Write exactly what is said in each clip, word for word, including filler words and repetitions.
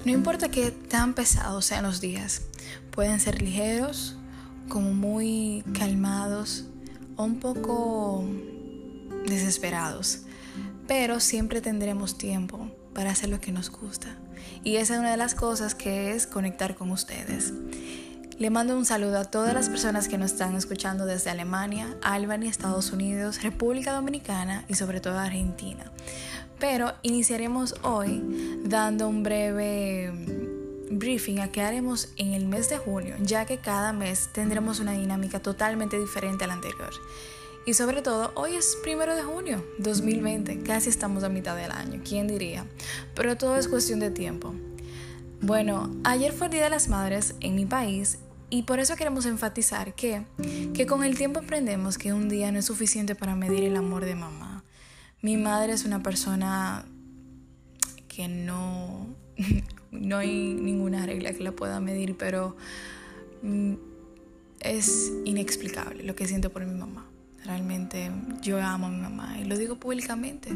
No importa qué tan pesados sean los días, pueden ser ligeros, como muy calmados o un poco desesperados, pero siempre tendremos tiempo para hacer lo que nos gusta. Y esa es una de las cosas, que es conectar con ustedes. Le mando un saludo a todas las personas que nos están escuchando desde Alemania, Albany, Estados Unidos, República Dominicana y sobre todo Argentina. Pero iniciaremos hoy dando un breve briefing a qué haremos en el mes de junio, ya que cada mes tendremos una dinámica totalmente diferente a la anterior. Y sobre todo, hoy es primero de junio dos mil veinte, casi estamos a mitad del año, ¿quién diría? Pero todo es cuestión de tiempo. Bueno, ayer fue el Día de las Madres en mi país y por eso queremos enfatizar que, que con el tiempo aprendemos que un día no es suficiente para medir el amor de mamá. Mi madre es una persona que no, no hay ninguna regla que la pueda medir, pero mm, es inexplicable lo que siento por mi mamá. Realmente yo amo a mi mamá y lo digo públicamente.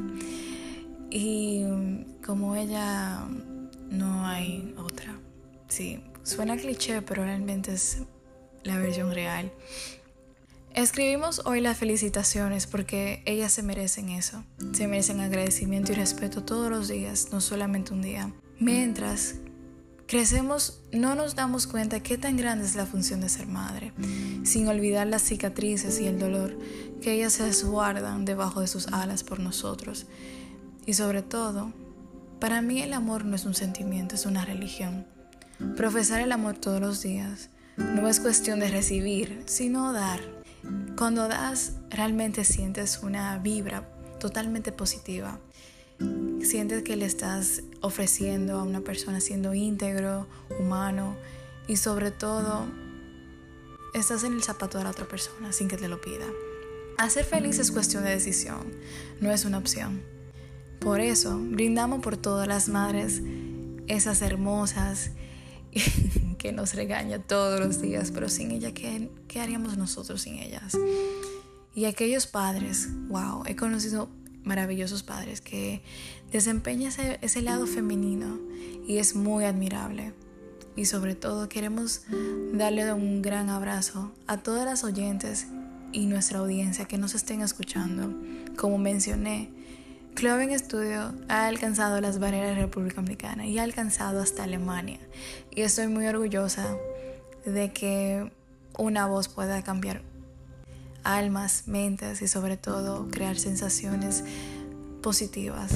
Y como ella, no hay otra. Sí, suena cliché, pero realmente es la versión real. Escribimos hoy las felicitaciones porque ellas se merecen eso. Se merecen agradecimiento y respeto todos los días, no solamente un día. Mientras crecemos, no nos damos cuenta qué tan grande es la función de ser madre, sin olvidar las cicatrices y el dolor que ellas se resguardan debajo de sus alas por nosotros. Y sobre todo, para mí el amor no es un sentimiento, es una religión. Profesar el amor todos los días no es cuestión de recibir, sino dar. Cuando das, realmente sientes una vibra totalmente positiva. Sientes que le estás ofreciendo a una persona siendo íntegro, humano y sobre todo estás en el zapato de la otra persona sin que te lo pida. Hacer feliz es cuestión de decisión, no es una opción. Por eso brindamos por todas las madres, esas hermosas que nos regaña todos los días, pero sin ella, ¿qué, qué haríamos nosotros sin ellas? Y aquellos padres, wow, he conocido maravillosos padres que desempeñan ese, ese lado femenino y es muy admirable. Y sobre todo queremos darle un gran abrazo a todas las oyentes y nuestra audiencia que nos estén escuchando. Como mencioné, Cloven Studio ha alcanzado las barreras de República Dominicana y ha alcanzado hasta Alemania. Y estoy muy orgullosa de que una voz pueda cambiar almas, mentes y sobre todo crear sensaciones positivas.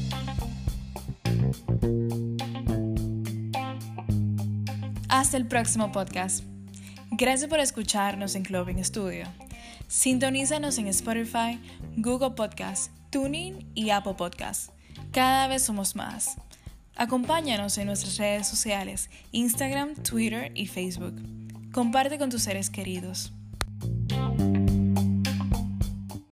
Hasta el próximo podcast. Gracias por escucharnos en Cloven Studio. Sintonízanos en Spotify, Google Podcasts, TuneIn y Apple Podcasts. Cada vez somos más. Acompáñanos en nuestras redes sociales, Instagram, Twitter y Facebook. Comparte con tus seres queridos.